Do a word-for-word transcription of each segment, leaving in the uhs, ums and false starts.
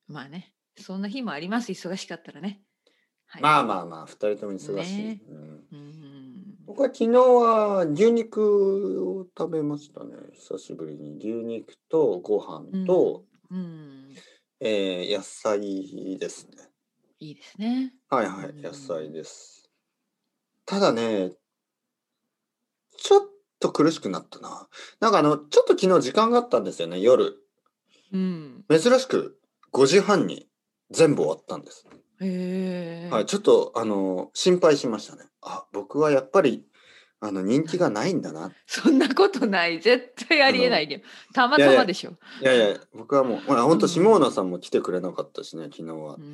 まあね、そんな日もあります。忙しかったらね。はい。 まあまあまあ、二人とも忙しい。 ね。 うん、 うん。 僕は昨日は牛肉を食べましたね。久しぶりに。牛肉とご飯うん。 と、 うん。 えー野菜ですね。 いいですね。うはいはい、野菜ん。 です。ただね、ちょっと苦しくなったな。なんかあの、ちょっと昨日時間があったんですよね、夜。 うん。 珍しくごじはんに全部終わったんです。 へはい、 え。 ちょっとあの、心配しましたね。あ、僕はやっぱり、あの、人気が何ないんだな。 そんなことない。絶対ああの、 りえないけど。たまいやいや、いたまでしょ。 やいや、僕はもう、ほら、ほんと、下うん。 野さんも来てくれなかったしね、昨日は。 うん。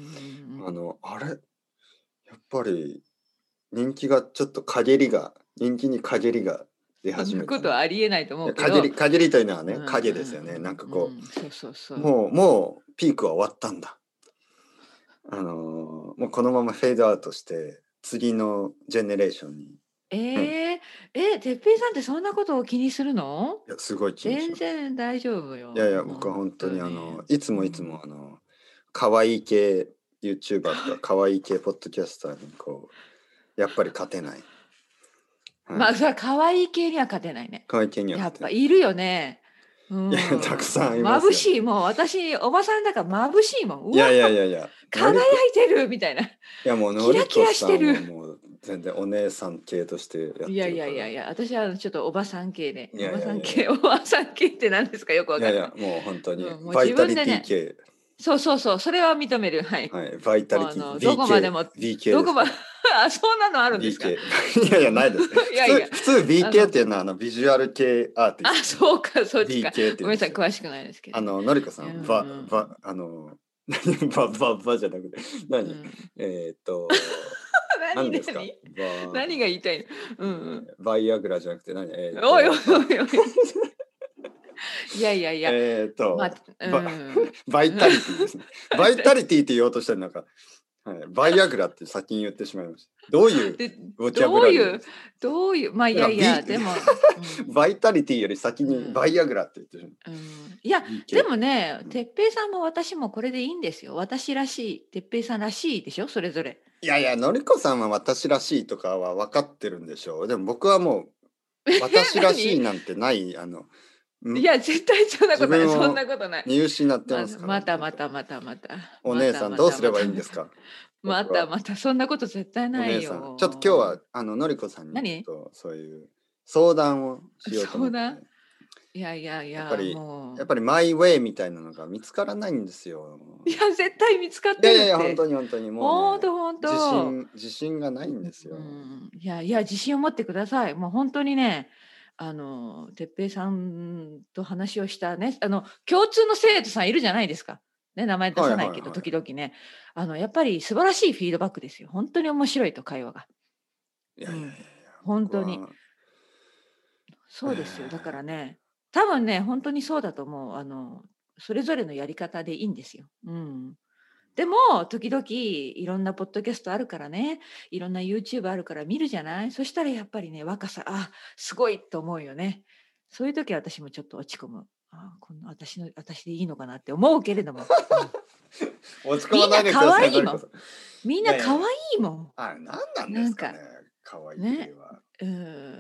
あの、あれ、やっぱり人気がちょっと陰りが、人気に陰りが出そんなこ始めたな。 とはありえないといや、 思うけど。 陰り陰りというのはうんね、影ですよね。なんかうんこうん。そうそうそう、 う。 もうもうピークは終わったんだ。あの、もうこのままフェードアウトして、次のジェネレーションに、ね、 えええ、てっぺいさんってそんなことを気にするの？ いや、すごい気にし全ます。 然大丈夫よ、 いやいや、僕は本本当当に。 にあの、いつもいつうん。 もあの、可愛い系ユーチューバーとかかわい可愛い系ポッドキャスターにこう、やっぱり勝てない。はい。 まあ、それは可愛い系には勝てないね。 可愛い系にはやっ勝てない。 ぱいるよね。ういや、たくさんん。 いますよ。 眩しい、もう私おばさんだから眩しいもん。うわ、 いやいやいやいや、の輝りこ、 いてるみたいな。 いやもうのりキラキラこさんしてる。 はもう全然お姉さん系としてやっいやいてるから。 やいやいや、私はちょっとおばさん系で、 いやいおばさん系、 やいやいや。 おばさん系って何ですかよくわいやいや、 からない。 もう本当に、 うん、もう自バイタリ分でね、 ティ系。 そうそうそう、それは認める。はい。 はい、バイタリティ、 もうあの、ど B 系、 こまでも、 B 系どこま、 ですから。 あ、そんなのあるんですか？ B 系。いやいや、ないです。 い普通、 やいや、 普通 B あの、 系っていうのはあのビジュアル系アーティあ、 ストのそうか、そっち B か。 系ってごめんなさい、 言うんですよ。 詳しくないですけど。 あの、のりこさうん、バ、バ、 ん、 あの、バ、バ、バじゃなくて、 うん、う何ん。 えーっと、何何ですか何バ、 何が言いたいの？うんうん。 バイアグラじゃなくて何えーっおいおいと、バ、 おいおい。いやいやいや、 えーっま、 と、 うバ、 ん。 バイタリティですね。バイタリティって言おうとしたらなんか、はい、バイアグラって先に言ってしまいました。どういうで、 ボキャブどういうラリーです？ どういう、ま、いなんかやいや、 B、 でも、うん、 バイタリティより先うにバイん。 アグラって言ってる。 うん、いや、 B で系。 もね、 うん、 哲平さんも私もこれでいいんですよ。私らしい、哲平さんらしいでしょ、それぞれ。 いやいや、のりこさんは私らしいとかは分かってるんでしょう。でも僕はもう私らしい何？ なんてない、あの、んいや、絶対そんな自ことない。そん分をなことない。 見失ってまますから、 また本当。 またまたまた。 お姉さんまたまどうすればいたまたまた。 いんですか？ ま僕は。 たまた、そんなこと絶対ないお姉さん、ちょっと今日よ。 はあののりこさんにち何？ ょっとそういう相談をしようと思相談？ ってね。 いやいやいや、 やっぱりもう。 やっぱりマイウェイみたいなのが見つからないんですよ。 いや、絶対見つかっていやいやいや、本るって。 当に本当にもうほんね、 とほん自と。 信自信がないんですうよ。 ん、いやいや、自信を持ってください。もう本当にね、あの、哲平さんと話をしたね、あの、共通の生徒さんいるじゃないですか。ね、名前出はいさないけど、 はいはい。 時々ね。あの、やっぱり素晴らしいフィードバックですよ。本当に面白いと、会話が。 いやいやいやいうん。 や、 本当に。 僕は、えそうですよ。だからーね、多分ね、本当にそうだと思う。あの、それぞれのやり方でいいんですよ。うん。でも、時々いろんなポッドキャストあるからね、いろんな YouTube あるから見るじゃない？そしたらやっぱりね、若さ、あ、すごいと思うよね。そういう時は私もちょっと落ち込む。あ、こんな私の私でいいのかなって思うけれども、うん。 落ち込まみんな可ないでください、 愛いもん。 のりこさん。 みんな可愛いやいやいや、 いもん。 あれ何なんでなんか、 すかね、可愛い系ね。 は。 うん、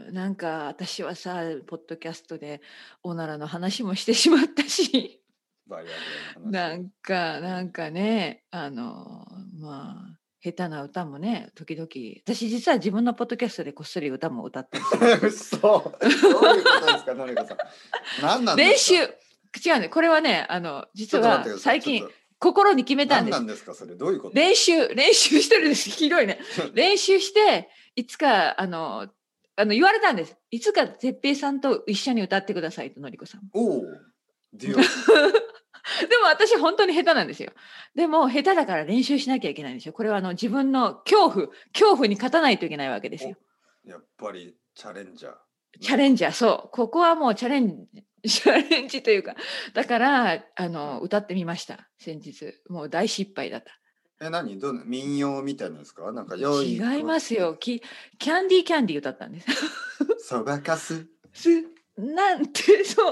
なんか私はさ、ポッドキャストでおならの話もしてしまったし。 バイアグラの話を。 なんかうん。 なんかね、あの、まあ、下手な歌もね、時々、私実は自分のポッドキャストでこっそり歌も歌ったりするんですよ。 嘘。どういうことですか、のりこさん。何なんで練習、 すか。 違うね、これはね、あの、実ちょっと待ってはください。 最近ちょっと、 心に決めたん何です。 なんですか、それ。どういうこと。 練習練習してるんです。ひどいね。練習して、いつかあのあの言われたんです。いつか哲平さんと一緒に歌ってくださいと、のりこさん。 おお、デュオ。 でも私本当に下手なんですよ。でも下手だから練習しなきゃいけないんですよ。これはあの自分の恐怖恐怖に勝たないといけないわけですよ。 お、やっぱりチャレンジャー。 チャレンジャー、そう。ここはもうチャレンジチャレンジというか、だから、あの、 はい。 歌ってみました、先日。もう大失敗だった。 え、何どんな民謡みたいなんですか。なんか、良い違い子、 ますよ。キキャンディーキャンディー歌ったんです。 そばかす。 すなんて、そう。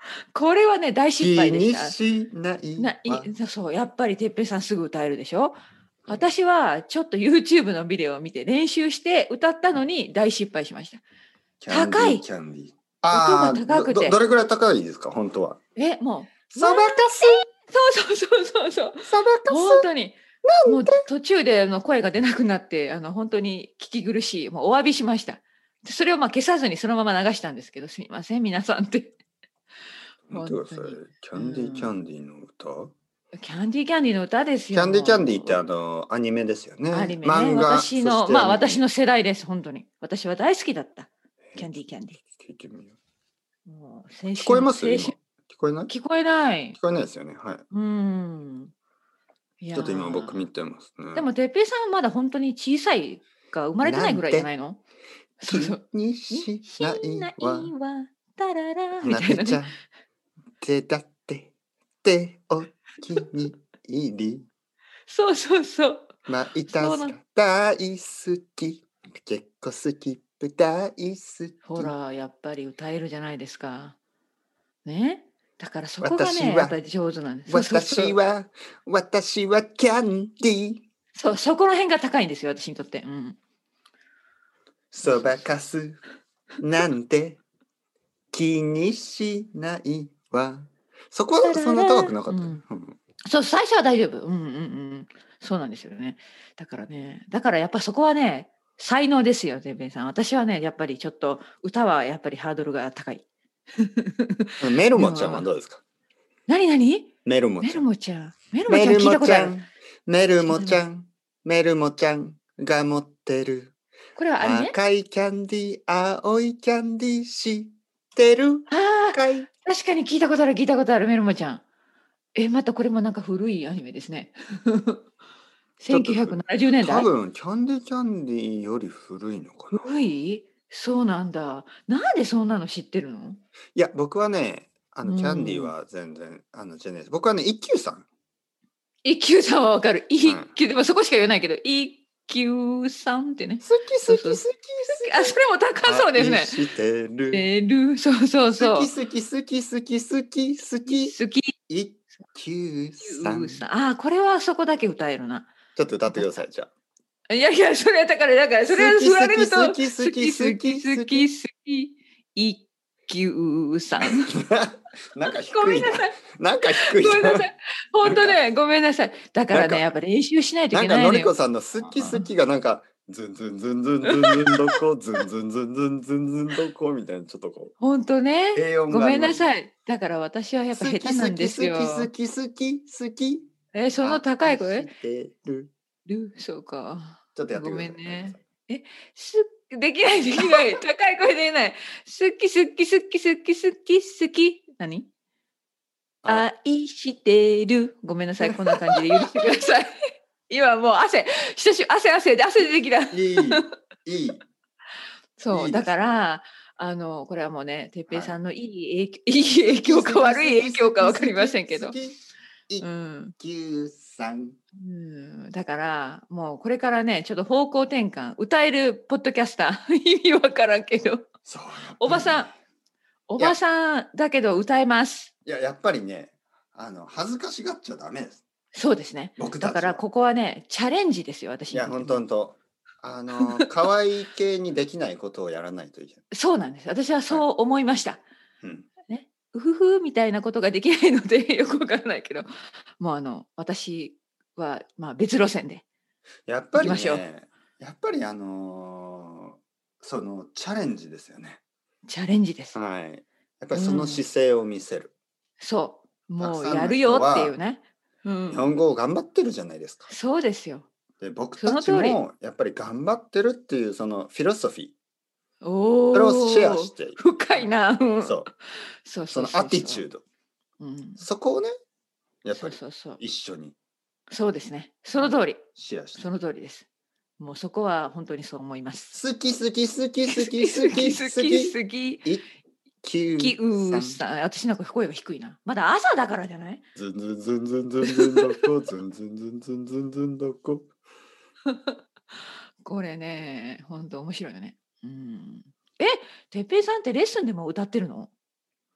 これはね、大失敗気にでした。 しないな、 わ。 い、そう、やっぱりてっぺいさんすぐ歌えるでしょ。私はちょっと YouTube のビデオを見て練習して歌ったのに大失敗しました。 キャンディー、 高い。 キャンディー。 音がああ、ど、ど、ど高くて。 れぐらい高いですか、本当は。 え、もう、わそばかす、 ー、そうそうそうそうそう。 そばかす、 本当に。もうなんて。 途中であの声が出なくなって、あの本当に聞き苦しい。もうお詫びしました。でそれをまあ消さずにそのまま流したんですけど、すみません、皆さんって。 待ってください。 本当に。うキャンディー、キャん。 ンディーの歌。 キャンディーキャンディーの歌ですよ、 キャンディー、キャンディーってあもの、アニメですよう。アね。 ニメね。 漫画、そし私の、 てアニメ。 まあ私の世代です、本当に。私は大好きだった。キャンディーキャンディ聞いてみよー。もうう。 青春、 聞こえます今。 青春。 聞こえない？ 聞こえない。 聞こえないですよね。はい。 うん。いやちょっと今僕見ー。 てますね。 でも、てっぺいさんはまだ本当に小さいか、生まれてないぐらいじゃなんてないの？そうそ気う。 ににししないないわ。 わ、タララみたいなね。 なべちゃん、手だって手お気に入り。 そうそうそう。 まあ、いたそうなずら大好き。結構好き、大好き。 ほら、やっぱり歌えるじゃないですか。ね。だからそこがね、やっ私は、 ぱり上手なんです。そうそうそう。 私は、私はキャンディー。 そう、そこら辺が高いんですよ、私にとって。うん。そうそそうそう。 ばかすなんて気にしないわ。そこはそんなタララ。 高くなかったね。 うん。 うん、 そう、最初は大丈夫。うんうんうん。そうなんですよね。だからね、だからやっぱそこはね、才能ですよ、てっぺいさん。私はね、やっぱりちょっと歌はやっぱりハードルが高い。 メルでモちゃんはも、 どうですか？ なになにメルメルモちゃん。 モちゃん。メルモちゃん聞いメルモたことある。 ちゃん、メルモ知らない。 ちゃん、メルモちゃんが持ってるこれはアニメ？ 赤いキャンディー、青いキャンディー知ってるああ、 かい？ 確かに聞いたことある聞いたことある、メルモちゃん。え、またこれもなんか古いアニメですね。1970 ちょっと古い。 年代？ 多分、キャンディーキャンディーより古いのかな。 古い？そうなんだ。なんでそんなの知ってるの？ いや、僕はね、あうの、キャンディーん。 は全然、あの、じゃないです。僕はね、一休さん。 一休さんはわかる。 はい。 一休、でもそこしか言えないけど、一休さんってね。 好きそうそう。 好き好き好あ、それも高そうき。 ですね。 愛してる。 てる、そうそう好きそ好き好き好き好き好う。 き。 好き。 一休さん。 休さん。ああ、これはそこだけ歌えるな。 ちょっと歌っわかった。 てください、じゃあ。 いやいや、それはだから、だから、それは好き好振られると、 き好き好好き好き好きき好好き。 き好き、一休さん。 なんかご低いな。 めんなさい。 なんか低いな。 ごめんなさい。 なんか、 本当ね、ごめんなさい。だからね、 なんか、 やっぱ練習しないといなんかけないのよ。 のりこさんの好き好きがなんか、ズンズンズンズンズンズンどこ、ズンズンズンズンズンズンどこみたいな、ちょっとこう、 本当ね。 低音ごめんがありますね。 なさい。だから私はやっぱ好下手なんでき好きすよ。 好き好き好き好き。 え、その高い声愛してる。 る、そうか。 ちょっとやってください、 ごめんのりこさん。 ね。え、すできないできない。高い声で言えない。好き好き好き好き好き好き。何？ あ、 愛してる。ごめんなさい。こんな感じで許してください。今もう汗、久しぶり、汗汗で汗出てきた。 いい、いい、 そう、だいいですね。 から、あの、これはもうね、てっぺいはい。 さんのいい影響いい影好き好響か悪いき好き影響か好き分かりま好きせんけど。 好き。一うん。 休さん。 うん、だから、もうこれからね、ちょっと方向転換、歌えるポッドキャスター、意味わからんけど、 そう、やっぱりね。 おばさん、おばいや、 さんだけど歌えます。 いや、やっぱりね、あの、恥ずかしがっちゃダメです。 そうですね。 僕たちは。 だからここはね、チャレンジですよ、私いや、ほんにとっても。 とほんと。あの、可愛い系にできないことをやらないといけない。 そうなんです。私ははい。 そう思いました。 うん。 ね。うふふみたいなことができないので、よくわからないけど、もうあの、私は、まあ、別路線でやっぱり行きましょう。 ね、やっぱりあの、そのチャレンジですよね。 チャレンジです。 はい。やっぱりそのうん。 姿勢を見せる。 そう。 たくもうさんのやるよっていう人はね。う日ん。 本語を頑張ってるじゃないですか。 そうですよ。 で、僕そたの通り。 ちもやっぱり頑張ってるっていうそのフィロソフィー、それをシェアおお、 していく。 深いな。うん。 そう。 そうそうそのアそうそう。 ティチュード。 うん。 そこをね、やっそうぱりそうそう。 一緒に、 そうですね。そはい、 の通り。 シェアしていく。 その通りです。もうそこは本当にそう思います。 好き好き好き好好きき好好きき好き好き。 好き。 一休きうさん。 さん。私なんか声が低いな。まだ朝だからじゃない？ ズンズンズンズンズンズンどこ、ズンズンズンズンズンズンどこ。 これね、本当面白いよね。うん。え、てっぺいさんってレッスンでも歌ってるの？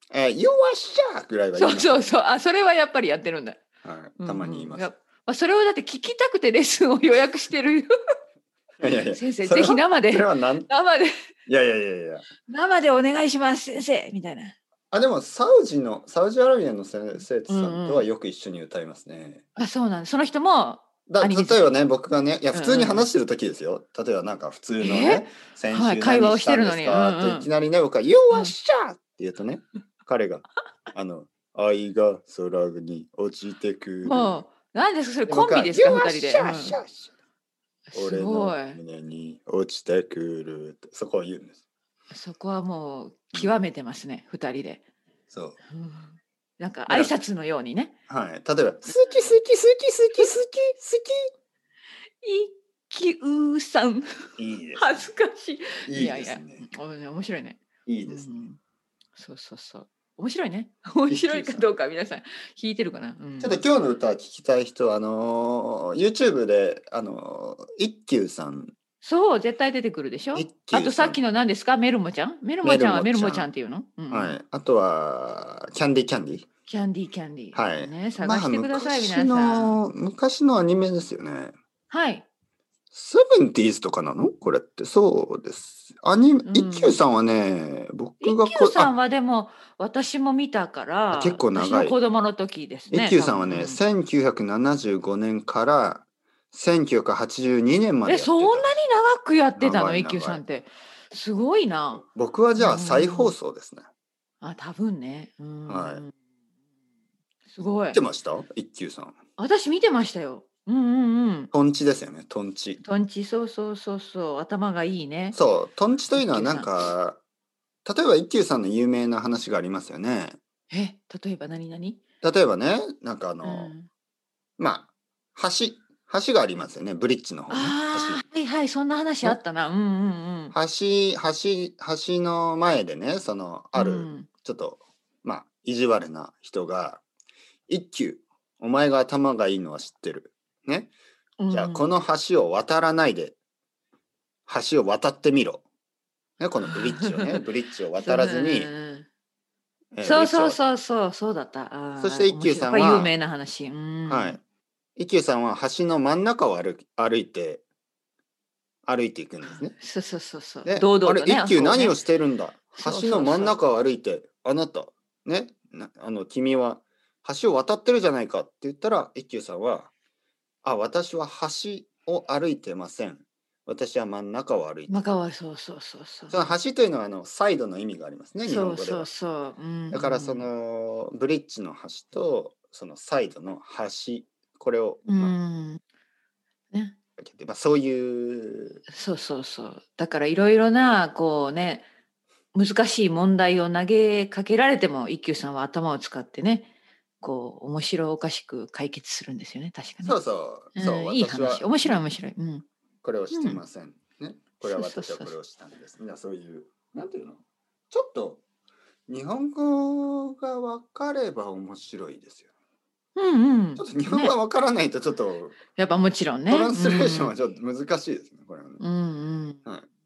えー、よっしゃーぐらいは言いそうます。 そうそう。あ、それはやっぱりやってるんだ。 はい、たうんまに言いうます。 ん。やまあ、それをだって聞きたくてレッスンを予約してるよ。 いやいやいや、 先生、 それはぜひ生それで、 はなん、い生で、 やいやいやいや。 生でお願いします、先生みたいな。 あ、でもサウジの、サウジアラビアのせ生徒うんさんとはうん。 よく一緒に歌いますね。 あ、そうなんだ。その人もだ、 アニメ好き。 例えばね、僕がね、いや、 うん普通にうん。 話してる時ですよ。例えばなんか普通のえね、先はい、 週会話を何したんしてるのに。うんですかっていうん。 きなりね、僕は、ようん。 っしゃーって言うとね、彼が、あの、愛が空に落ちてくる。 もう、なんですか、それで、僕は、よコンビですか、二っ人で。 しゃーしうん。 ゃーしゃーす俺のごい。 胸に落ちてくるってそこを言うんです。 そこはもううん、 極めてますね、二人で。 そう。 うん。なんかだから、 挨拶のようにね。 はい。例えば、好き好き好き好き好き好一休さん。 き。いいです恥ずかしい。いね。いいやいや、 ですね。 お面白いね。 いいうですね。 ん。そうそうそう。面白いね。面白いか一休さん。 どうか皆さん聞いてるかな。うちょっとん。 今日の歌聞きたい人は、あのー YouTube で、あのー一休さん、 そう、絶対出てくるでしょ。 一あ休さん、 とさっきの何ですか、メルモちゃんメルモメルちゃんはメルモモちゃん、 ちゃんっていうの。うんうん。 はい。あとは、キャンディーキャンディー。 キャンディーキャンディはい。 ー。ね、探まあ、 してください、 昔皆さん。 の、昔のアニメですよね。 はい。 セブンティーズとかなのこれって。そうです。アニメ、 う一休さん。 んはね、僕一がこ、あ、 休さんはでも私も見たかあ結ら、私の構長い。 子供の時です一ね、多分。 休さんはね、 うん。 せんきゅうひゃくななじゅうごねんからせんきゅうひゃくはちじゅうにねんまえ、 でやっそんなにてた。 長くやってた長の、一休い長い。 さんって。すごいな。 僕はうじゃあ再放ん。 送ですね。 あ、多分ね。うはい。 ん。すごい。 見てました一休さん。 私見てましたよ。うんうんうん。 トンチですよね、トンチ。 とんち、そうそうそうそう、頭がいいね。 そう、トンチというのはなん一休さん。 か、例えば一休さんの有名な話がありますよね。 え、例えば何々。 例えばね、なんかあの、 うん。 まあ、橋、橋がありますよね、ブリッジの方ね、橋。 ああ、はいはい、そんな話あね、 ったな。うんうん橋、橋、橋の前でね、その、 うん。 ある、 うん。 ちょっと、まあ、意地悪な人が、一休、お前が頭がいいのは知ってる。ね。じゃあ、こうん。 の橋を渡らないで、橋を渡ってみろ。ね、このブリッジをね、ブリッジをそう、 渡うんうんらずに、 うん。 えーブリッジを、 そうそうそうそう、そうだった。ああ、 そして一休面白い。これ有さんは、 名な話。うはい。 ん。 一休さんは橋の真ん中を歩き歩いて、歩いていくんですね。 そうそうそうそう。 で、あれ、 堂々とね、 一あ、そうね。 休何をしてるんだ。 そう橋のそうそう。 真ん中を歩いて、あなた、ね、なあの、君は橋を渡ってるじゃないかって言ったら、一休さんは、あ、私は橋を歩いてません。私は真ん中を歩いてる。 マカワ、そうそうそうそう。 その橋というのは、あの、サイドの意味がありますね、日そうそう本語では。 そう。うんうだからそん。 のブリッジの橋とそのサイドの橋、これをうまあん。ね。 分けて、まあ、そういうそうそうそう。だからいろいろな、こうね、難しい問題を投げかけられても、一休さんは頭を使ってね、こう、面白おかしく解決するんですよね、確かね。 そうそうそう、 うん、いい話。 私は面白いね面白い。うん。 これをしうん。 てませんね、これはそうそうそう。 私はこれをしたんです。みんなそういうなんていうの、ちょっと日本語が分かれば面白いですよ。 うんちょっと日うん。ね。 本語が分からないとちょっとやっぱもちろんね。うトランスレーションはん。 ちょっと難しいですね、これはね。 うんうん。 はい。